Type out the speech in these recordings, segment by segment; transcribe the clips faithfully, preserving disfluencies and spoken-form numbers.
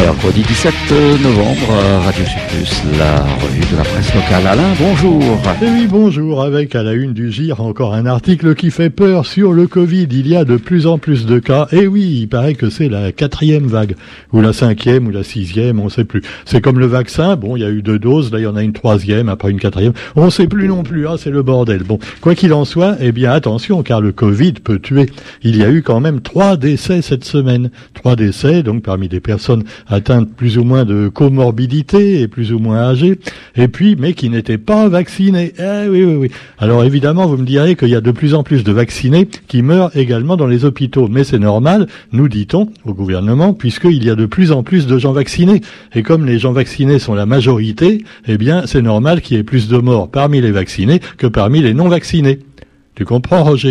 Mercredi dix-sept novembre, Radio Sud Plus, la revue de la presse locale. Alain, bonjour. Eh oui, bonjour. Avec à la une du G I R encore un article qui fait peur sur le Covid. Il y a de plus en plus de cas. Et oui, il paraît que c'est la quatrième vague, ou la cinquième, ou la sixième, on ne sait plus. C'est comme le vaccin. Bon, il y a eu deux doses. Là, il y en a une troisième, après une quatrième. On ne sait plus non plus. Ah, c'est le bordel. Bon, quoi qu'il en soit, eh bien, attention, car le Covid peut tuer. Il y a eu quand même trois décès cette semaine. Trois décès, donc parmi des personnes atteintes plus ou moins de comorbidité et plus ou moins âgées, et puis, mais qui n'étaient pas vaccinés. Eh oui, oui, oui. Alors évidemment, vous me direz qu'il y a de plus en plus de vaccinés qui meurent également dans les hôpitaux. Mais c'est normal, nous dit-on au gouvernement, puisqu'il y a de plus en plus de gens vaccinés. Et comme les gens vaccinés sont la majorité, eh bien, c'est normal qu'il y ait plus de morts parmi les vaccinés que parmi les non-vaccinés. Tu comprends, Roger ?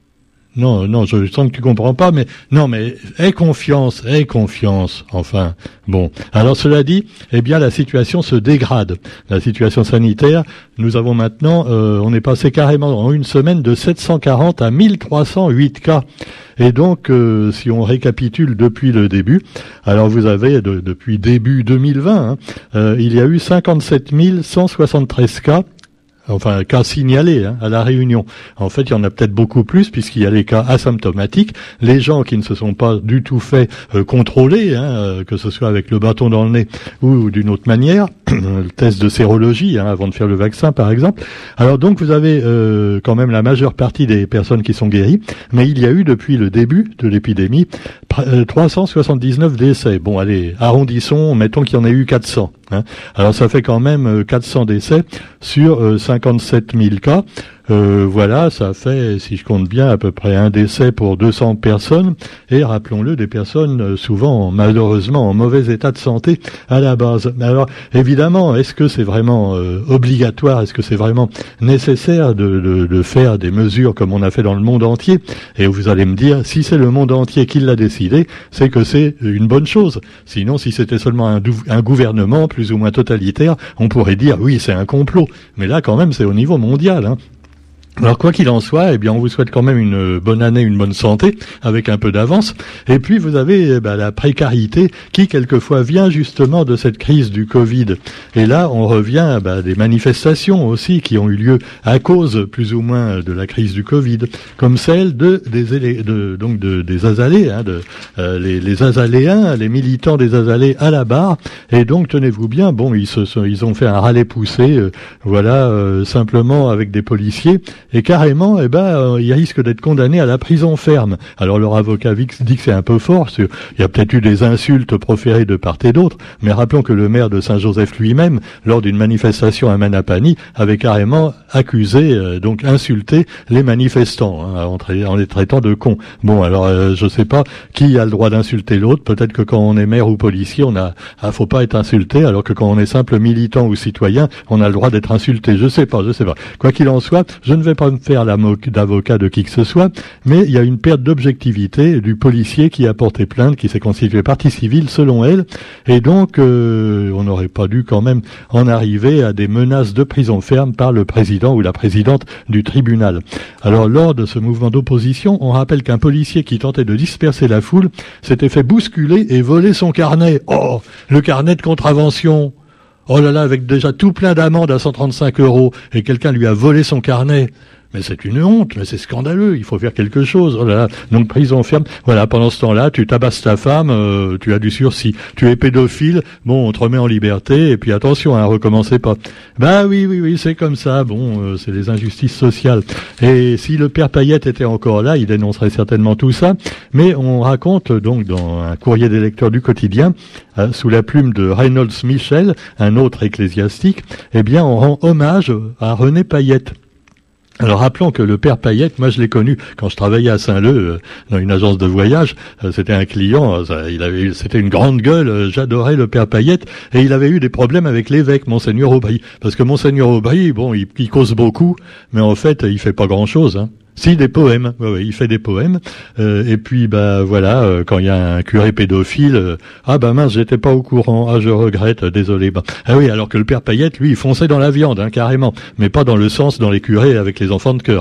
Non, non, je sens que tu comprends pas, mais non, mais aie confiance, aie confiance, enfin. Bon, alors cela dit, eh bien la situation se dégrade. La situation sanitaire, nous avons maintenant, euh, on est passé carrément en une semaine de sept cent quarante à mille trois cent huit cas. Et donc, euh, si on récapitule depuis le début, alors vous avez de, depuis début deux mille vingt, hein, euh, il y a eu cinquante-sept mille cent soixante-treize cas. Enfin, cas signalés hein, à La Réunion. En fait, il y en a peut-être beaucoup plus puisqu'il y a les cas asymptomatiques, les gens qui ne se sont pas du tout fait euh, contrôler, hein, euh, que ce soit avec le bâton dans le nez ou d'une autre manière, le test de sérologie hein, avant de faire le vaccin, par exemple. Alors donc, vous avez euh, quand même la majeure partie des personnes qui sont guéries, mais il y a eu depuis le début de l'épidémie trois cent soixante-dix-neuf décès. Bon, allez, arrondissons, mettons qu'il y en ait eu quatre cents. Hein. Alors ça fait quand même quatre cents décès sur euh, cinquante-sept mille cas. Euh, voilà, ça fait, si je compte bien, à peu près un décès pour deux cents personnes. Et rappelons-le, des personnes euh, souvent, malheureusement, en mauvais état de santé à la base. Alors, évidemment, est-ce que c'est vraiment euh, obligatoire, est-ce que c'est vraiment nécessaire de, de, de faire des mesures comme on a fait dans le monde entier? Et vous allez me dire, si c'est le monde entier qui l'a décidé, c'est que c'est une bonne chose. Sinon, si c'était seulement un, un gouvernement plus ou moins totalitaire, on pourrait dire, oui, c'est un complot. Mais là, quand même, c'est au niveau mondial, hein. Alors quoi qu'il en soit, eh bien on vous souhaite quand même une bonne année, une bonne santé, avec un peu d'avance. Et puis vous avez eh ben, la précarité qui quelquefois vient justement de cette crise du Covid. Et là on revient bah, des manifestations aussi qui ont eu lieu à cause plus ou moins de la crise du Covid, comme celle de des élé- de, donc de, des Azalées, hein, de euh, les, les Azaléens, les militants des Azalées à la barre. Et donc tenez-vous bien, bon ils se sont, ils ont fait un râler poussé, euh, voilà euh, simplement avec des policiers. Et carrément, eh ben, euh, ils risquent d'être condamnés à la prison ferme. Alors leur avocat dit que c'est un peu fort, il y a peut-être eu des insultes proférées de part et d'autre, mais rappelons que le maire de Saint-Joseph lui-même, lors d'une manifestation à Manapani, avait carrément accusé, euh, donc insulté les manifestants, hein, en, tra- en les traitant de cons. Bon, alors euh, je sais pas qui a le droit d'insulter l'autre, peut-être que quand on est maire ou policier, on a, ah, faut pas être insulté, alors que quand on est simple militant ou citoyen, on a le droit d'être insulté. Je sais pas, je sais pas. Quoi qu'il en soit, je ne vais pas me faire la moque d'avocat de qui que ce soit, mais il y a une perte d'objectivité du policier qui a porté plainte, qui s'est constitué partie civile selon elle, et donc euh, on n'aurait pas dû quand même en arriver à des menaces de prison ferme par le président ou la présidente du tribunal. Alors lors de ce mouvement d'opposition, on rappelle qu'un policier qui tentait de disperser la foule s'était fait bousculer et voler son carnet. Oh, le carnet de contravention. Oh là là, avec déjà tout plein d'amendes à cent trente-cinq euros, et quelqu'un lui a volé son carnet. Mais c'est une honte, mais c'est scandaleux, il faut faire quelque chose. Oh là là, donc prison ferme. Voilà, pendant ce temps-là, tu tabasses ta femme, euh, tu as du sursis. Tu es pédophile, bon, on te remet en liberté, et puis attention, hein, recommencez pas. Bah oui, oui, oui, c'est comme ça, bon, euh, c'est les injustices sociales. Et si le père Payette était encore là, il dénoncerait certainement tout ça, mais on raconte donc dans un courrier des lecteurs du quotidien, euh, sous la plume de Reynolds Michel, un autre ecclésiastique, eh bien on rend hommage à René Payette. Alors rappelons que le père Payette, moi je l'ai connu quand je travaillais à Saint-Leu euh, dans une agence de voyage. Euh, c'était un client, euh, ça, il avait, c'était une grande gueule. Euh, j'adorais le père Payette et il avait eu des problèmes avec l'évêque, monseigneur Aubry, parce que monseigneur Aubry, bon, il, il cause beaucoup, mais en fait il fait pas grand-chose. Hein. Si, des poèmes. Ouais, ouais, il fait des poèmes. Euh, et puis, bah voilà, euh, quand il y a un curé pédophile, euh, ah bah mince, j'étais pas au courant. Ah, je regrette, désolé. Bah, ah oui, alors que le père Payette, lui, il fonçait dans la viande, hein, carrément, mais pas dans le sens dans les curés avec les enfants de cœur. Hein.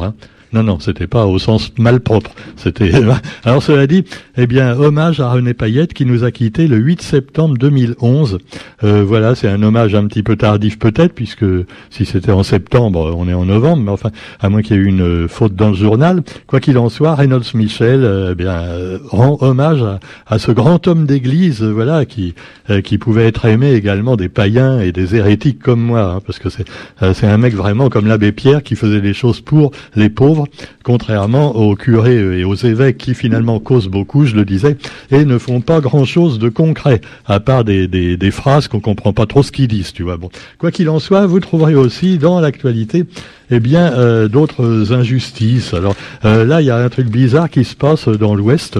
Non, non, c'était pas au sens malpropre. C'était. Alors cela dit, eh bien, hommage à René Payette qui nous a quittés le huit septembre deux mille onze. Euh, voilà, c'est un hommage un petit peu tardif peut-être, puisque si c'était en septembre, on est en novembre, mais enfin, à moins qu'il y ait eu une faute dans le journal. Quoi qu'il en soit, Reynolds Michel, euh, eh bien, euh, rend hommage à, à ce grand homme d'église, euh, voilà, qui euh, qui pouvait être aimé également des païens et des hérétiques comme moi, hein, parce que c'est euh, c'est un mec vraiment comme l'abbé Pierre qui faisait des choses pour les pauvres, contrairement aux curés et aux évêques qui finalement causent beaucoup, je le disais, et ne font pas grand-chose de concret, à part des, des, des phrases qu'on comprend pas trop ce qu'ils disent, tu vois. Bon, quoi qu'il en soit, vous trouverez aussi dans l'actualité, eh bien, euh, d'autres injustices. Alors euh, là, il y a un truc bizarre qui se passe dans l'Ouest.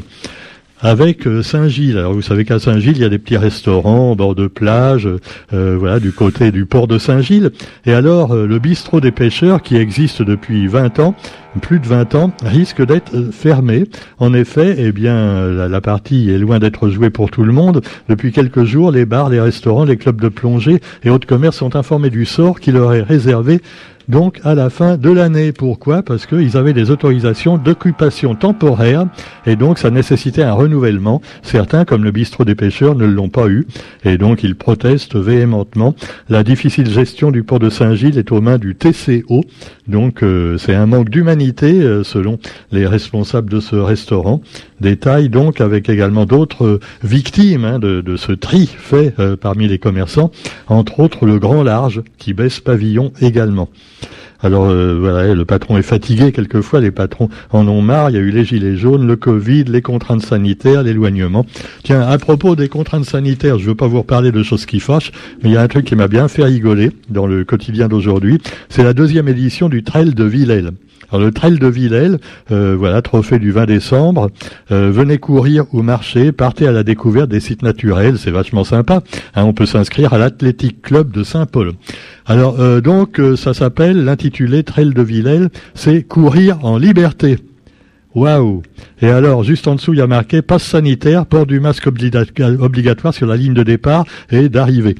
Avec euh, Saint-Gilles. Alors vous savez qu'à Saint-Gilles, il y a des petits restaurants au bord de plage, euh, voilà, du côté du port de Saint-Gilles. Et alors, euh, le bistrot des pêcheurs, qui existe depuis vingt ans, plus de vingt ans, risque d'être euh, fermé. En effet, eh bien, la, la partie est loin d'être jouée pour tout le monde. Depuis quelques jours, les bars, les restaurants, les clubs de plongée et autres commerces sont informés du sort qui leur est réservé donc à la fin de l'année. Pourquoi ? Parce qu'ils avaient des autorisations d'occupation temporaire et donc ça nécessitait un renouvellement. Certains, comme le bistrot des pêcheurs, ne l'ont pas eu et donc ils protestent véhémentement. La difficile gestion du port de Saint-Gilles est aux mains du T C O. Donc euh, c'est un manque d'humanité euh, selon les responsables de ce restaurant. Détail donc avec également d'autres euh, victimes hein, de, de ce tri fait euh, parmi les commerçants, entre autres le Grand Large qui baisse pavillon également. Alors euh, voilà, le patron est fatigué quelquefois, les patrons en ont marre, il y a eu les gilets jaunes, le Covid, les contraintes sanitaires, l'éloignement. Tiens, à propos des contraintes sanitaires, je veux pas vous reparler de choses qui fâchent, mais il y a un truc qui m'a bien fait rigoler dans le quotidien d'aujourd'hui, c'est la deuxième édition du Trail de Villèle. Alors le Trail de Villèle, euh, voilà, trophée du vingt décembre, euh, venez courir ou marcher, partez à la découverte des sites naturels, c'est vachement sympa, hein, on peut s'inscrire à l'Athletic Club de Saint-Paul. Alors euh, donc euh, ça s'appelle, l'intitulé Trail de Villèle, c'est courir en liberté. Waouh! Et alors, juste en dessous, il y a marqué passe sanitaire, port du masque obligatoire sur la ligne de départ et d'arrivée.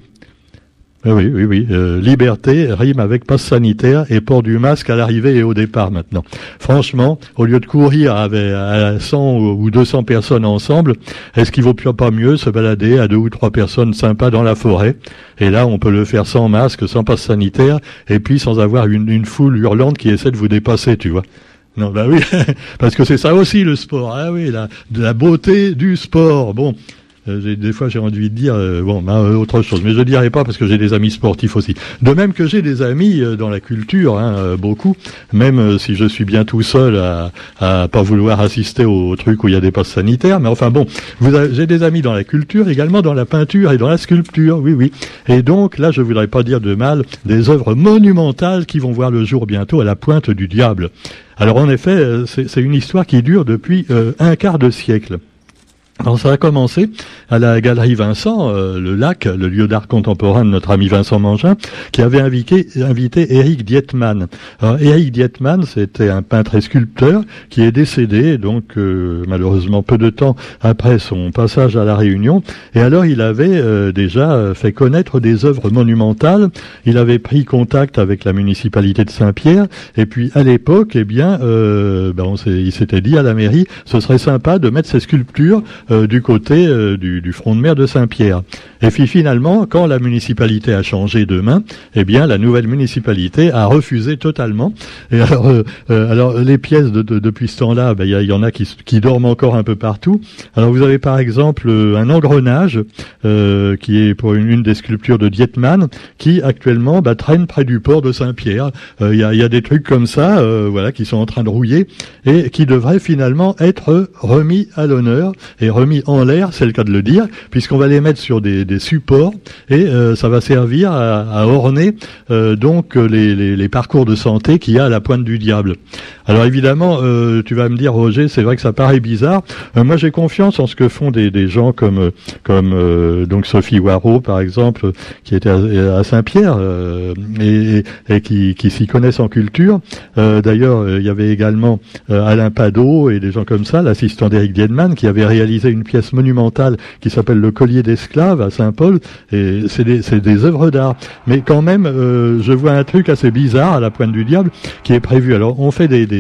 Oui, oui, oui. Euh, liberté rime avec passe sanitaire et port du masque à l'arrivée et au départ maintenant. Franchement, au lieu de courir avec à cent ou deux cents personnes ensemble, est-ce qu'il vaut pas mieux se balader à deux ou trois personnes sympas dans la forêt? Et là, on peut le faire sans masque, sans passe sanitaire, et puis sans avoir une, une foule hurlante qui essaie de vous dépasser, tu vois. Non, bah oui, parce que c'est ça aussi le sport. Ah oui, la, de la beauté du sport. Bon. Euh, j'ai, des fois j'ai envie de dire euh, bon bah, euh, autre chose, mais je ne dirai pas parce que j'ai des amis sportifs aussi. De même que j'ai des amis euh, dans la culture, hein, euh, beaucoup, même euh, si je suis bien tout seul à, à pas vouloir assister au, au truc où il y a des passes sanitaires, mais enfin bon, vous avez, j'ai des amis dans la culture, également dans la peinture et dans la sculpture, oui oui. Et donc là je voudrais pas dire de mal des œuvres monumentales qui vont voir le jour bientôt à la Pointe du Diable. Alors en effet, euh, c'est, c'est une histoire qui dure depuis euh, un quart de siècle. Alors ça a commencé à la Galerie Vincent, euh, le Lac, le lieu d'art contemporain de notre ami Vincent Mangin, qui avait invité, invité Éric Dietmann. Alors Éric Dietmann, c'était un peintre et sculpteur qui est décédé, donc euh, malheureusement peu de temps après son passage à La Réunion. Et alors il avait euh, déjà fait connaître des œuvres monumentales. Il avait pris contact avec la municipalité de Saint-Pierre. Et puis à l'époque, eh bien, euh, ben on s'est, il s'était dit à la mairie, ce serait sympa de mettre ces sculptures Euh, du côté euh, du, du front de mer de Saint-Pierre. Et puis finalement, quand la municipalité a changé de main, eh bien la nouvelle municipalité a refusé totalement. Et alors, euh, euh, alors les pièces de, de, depuis ce temps-là, ben, y, y en a qui, qui dorment encore un peu partout. Alors vous avez par exemple euh, un engrenage euh, qui est pour une, une des sculptures de Dietmann, qui actuellement bah, traîne près du port de Saint-Pierre. Il euh, y, a, y a des trucs comme ça, euh, voilà, qui sont en train de rouiller et qui devraient finalement être remis à l'honneur et remis en l'air, c'est le cas de le dire, puisqu'on va les mettre sur des, des supports et euh, ça va servir à, à orner euh, donc les, les, les parcours de santé qu'il y a à la Pointe du Diable. Alors évidemment, euh, tu vas me dire, Roger, c'est vrai que ça paraît bizarre. Euh, moi, j'ai confiance en ce que font des, des gens comme comme euh, donc Sophie Waraud, par exemple, qui était à, à Saint-Pierre euh, et, et qui, qui s'y connaissent en culture. Euh, d'ailleurs, il y avait également euh, Alain Padot et des gens comme ça, l'assistant d'Éric Dietmann, qui avait réalisé une pièce monumentale qui s'appelle Le Collier d'esclaves à Saint-Paul, et c'est des, c'est des œuvres d'art. Mais quand même, euh, je vois un truc assez bizarre à la Pointe du Diable qui est prévu. Alors, on fait des, des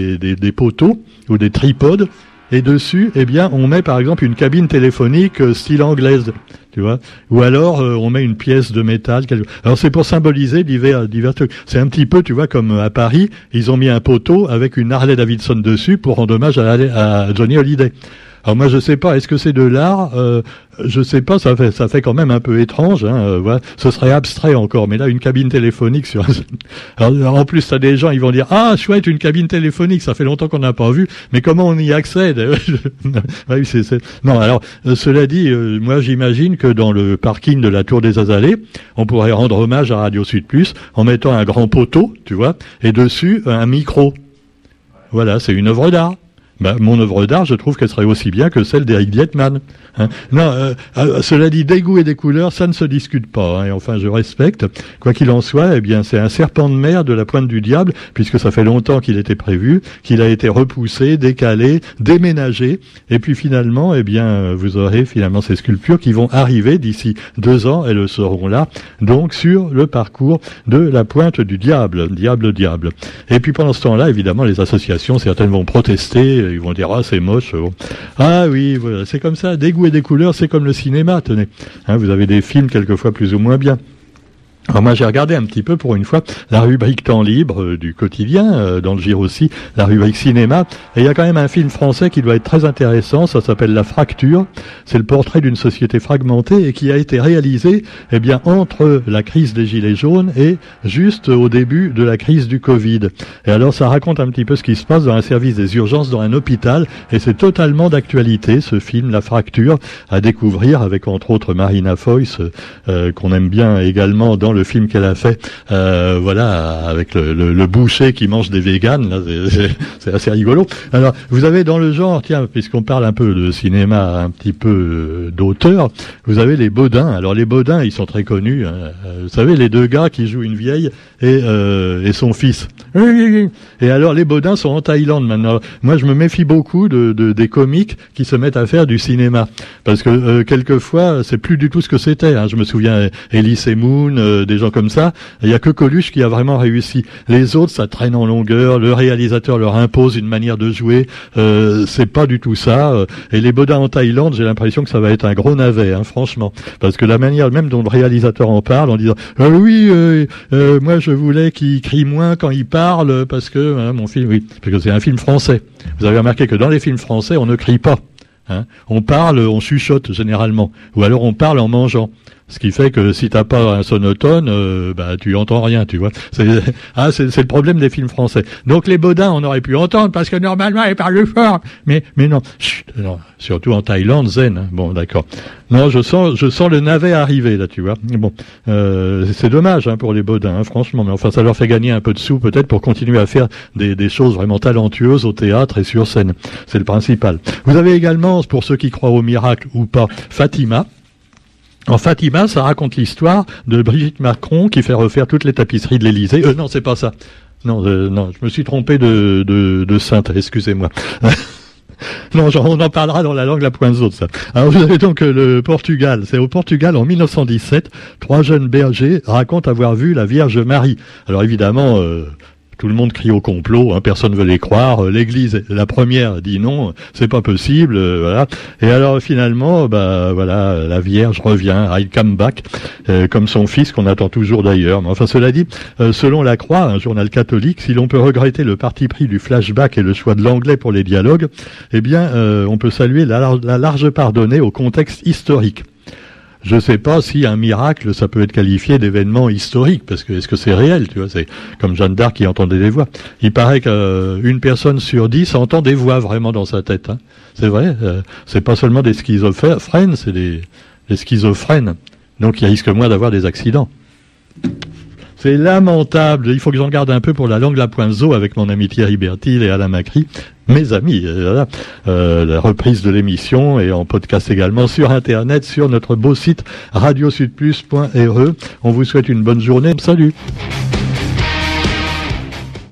des, des, des poteaux ou des tripodes, et dessus, eh bien, on met par exemple une cabine téléphonique euh, style anglaise, tu vois, ou alors euh, on met une pièce de métal. Quelque... Alors c'est pour symboliser divers, divers trucs. C'est un petit peu, tu vois, comme à Paris, ils ont mis un poteau avec une Harley Davidson dessus pour rendre hommage à, à Johnny Hallyday. Alors moi je sais pas, est-ce que c'est de l'art euh, Je sais pas, ça fait ça fait quand même un peu étrange. Hein, euh, voilà. Ce serait abstrait encore, mais là une cabine téléphonique sur. Alors, en plus, t'as des gens, ils vont dire ah chouette une cabine téléphonique, ça fait longtemps qu'on n'a pas vu, mais comment on y accède? Oui, c'est, c'est... Non, alors euh, cela dit, euh, moi j'imagine que dans le parking de la Tour des Azalées, on pourrait rendre hommage à Radio Sud Plus en mettant un grand poteau, tu vois, et dessus un micro. Voilà, c'est une œuvre d'art. Bah, mon œuvre d'art, je trouve qu'elle serait aussi bien que celle d'Eric Dietman. Hein. Non, euh, euh, cela dit, des goûts et des couleurs, ça ne se discute pas. Hein, et enfin, je respecte. Quoi qu'il en soit, eh bien, c'est un serpent de mer de la pointe du diable, puisque ça fait longtemps qu'il était prévu, qu'il a été repoussé, décalé, déménagé, et puis finalement, eh bien, vous aurez finalement ces sculptures qui vont arriver d'ici deux ans, elles seront là, donc sur le parcours de la pointe du diable, diable, diable. Et puis pendant ce temps-là, évidemment, les associations, certaines vont protester. Ils vont dire ah c'est moche. Bon. Ah oui, voilà, c'est comme ça. Des goûts et des couleurs, c'est comme le cinéma. Tenez, hein, vous avez des films quelquefois plus ou moins bien. Alors moi j'ai regardé un petit peu pour une fois la rubrique temps libre euh, du quotidien, euh, dans le Gire aussi, la rubrique cinéma, et il y a quand même un film français qui doit être très intéressant, ça s'appelle La Fracture, c'est le portrait d'une société fragmentée et qui a été réalisé eh bien entre la crise des Gilets jaunes et juste au début de la crise du Covid. Et alors ça raconte un petit peu ce qui se passe dans un service des urgences dans un hôpital, et c'est totalement d'actualité ce film La Fracture, à découvrir avec entre autres Marina Foïs, euh, qu'on aime bien également dans le film qu'elle a fait, euh, voilà, avec le, le, le boucher qui mange des véganes, là, c'est, c'est assez rigolo. Alors, vous avez dans le genre, tiens, puisqu'on parle un peu de cinéma, un petit peu d'auteur, vous avez les Baudins. Alors, les Baudins, ils sont très connus. Hein. Vous savez, les deux gars qui jouent une vieille et, euh, et son fils. Et alors, les Baudins sont en Thaïlande maintenant. Moi, je me méfie beaucoup de, de des comiques qui se mettent à faire du cinéma, parce que euh, quelquefois, c'est plus du tout ce que c'était. Hein. Je me souviens, Elise et Moon, euh, des gens comme ça, il y a que Coluche qui a vraiment réussi. Les autres, ça traîne en longueur, le réalisateur leur impose une manière de jouer, euh, c'est pas du tout ça. Et les Baudins en Thaïlande, j'ai l'impression que ça va être un gros navet, hein, franchement. Parce que la manière même dont le réalisateur en parle, en disant euh, « Oui, euh, euh, moi je voulais qu'il crie moins quand il parle, parce que hein, mon film, oui, parce que c'est un film français. » Vous avez remarqué que dans les films français, on ne crie pas. Hein. On parle, on chuchote généralement. Ou alors on parle en mangeant. Ce qui fait que si t'as pas un sonotone, euh, bah tu entends rien, tu vois. C'est, ah, c'est, c'est le problème des films français. Donc les Baudins, on aurait pu entendre parce que normalement ils parlent fort, mais mais non. Chut, non. Surtout en Thaïlande, zen. Hein. Bon, d'accord. Non, je sens, je sens le navet arriver là, tu vois. Bon, euh, c'est dommage hein, pour les Baudins, hein, franchement. Mais enfin, ça leur fait gagner un peu de sous peut-être pour continuer à faire des, des choses vraiment talentueuses au théâtre et sur scène. C'est le principal. Vous avez également, pour ceux qui croient au miracle ou pas, Fatima. En Fatima, ça raconte l'histoire de Brigitte Macron qui fait refaire toutes les tapisseries de l'Élysée. Euh, non, c'est pas ça. Non, euh, non, je me suis trompé de, de, de sainte, excusez-moi. Non, genre, on en parlera dans la langue la pointe haute, ça. Alors, vous avez donc euh, le Portugal. C'est au Portugal, en mille neuf cent dix-sept, trois jeunes bergers racontent avoir vu la Vierge Marie. Alors, évidemment... Euh, Tout le monde crie au complot, hein, personne ne veut les croire. L'Église, la première, dit non, c'est pas possible, euh, voilà. Et alors finalement, bah voilà, la Vierge revient, I come back, euh, comme son fils qu'on attend toujours d'ailleurs. Mais enfin, cela dit, euh, selon La Croix, un journal catholique, si l'on peut regretter le parti pris du flashback et le choix de l'anglais pour les dialogues, eh bien, euh, on peut saluer la, la large part donnée au contexte historique. Je sais pas si un miracle, ça peut être qualifié d'événement historique, parce que est-ce que c'est réel, tu vois, c'est comme Jeanne d'Arc qui entendait des voix. Il paraît qu'une euh, personne sur dix entend des voix vraiment dans sa tête, hein. C'est vrai, euh, c'est pas seulement des schizophrènes, c'est des, des schizophrènes. Donc il risque moins d'avoir des accidents. C'est lamentable. Il faut que j'en garde un peu pour la langue la pointe zo avec mon ami Thierry Bertil et Alain Macri. Mes amis, voilà. Euh, la reprise de l'émission et en podcast également sur Internet, sur notre beau site radio sud plus point r e. On vous souhaite une bonne journée. Salut.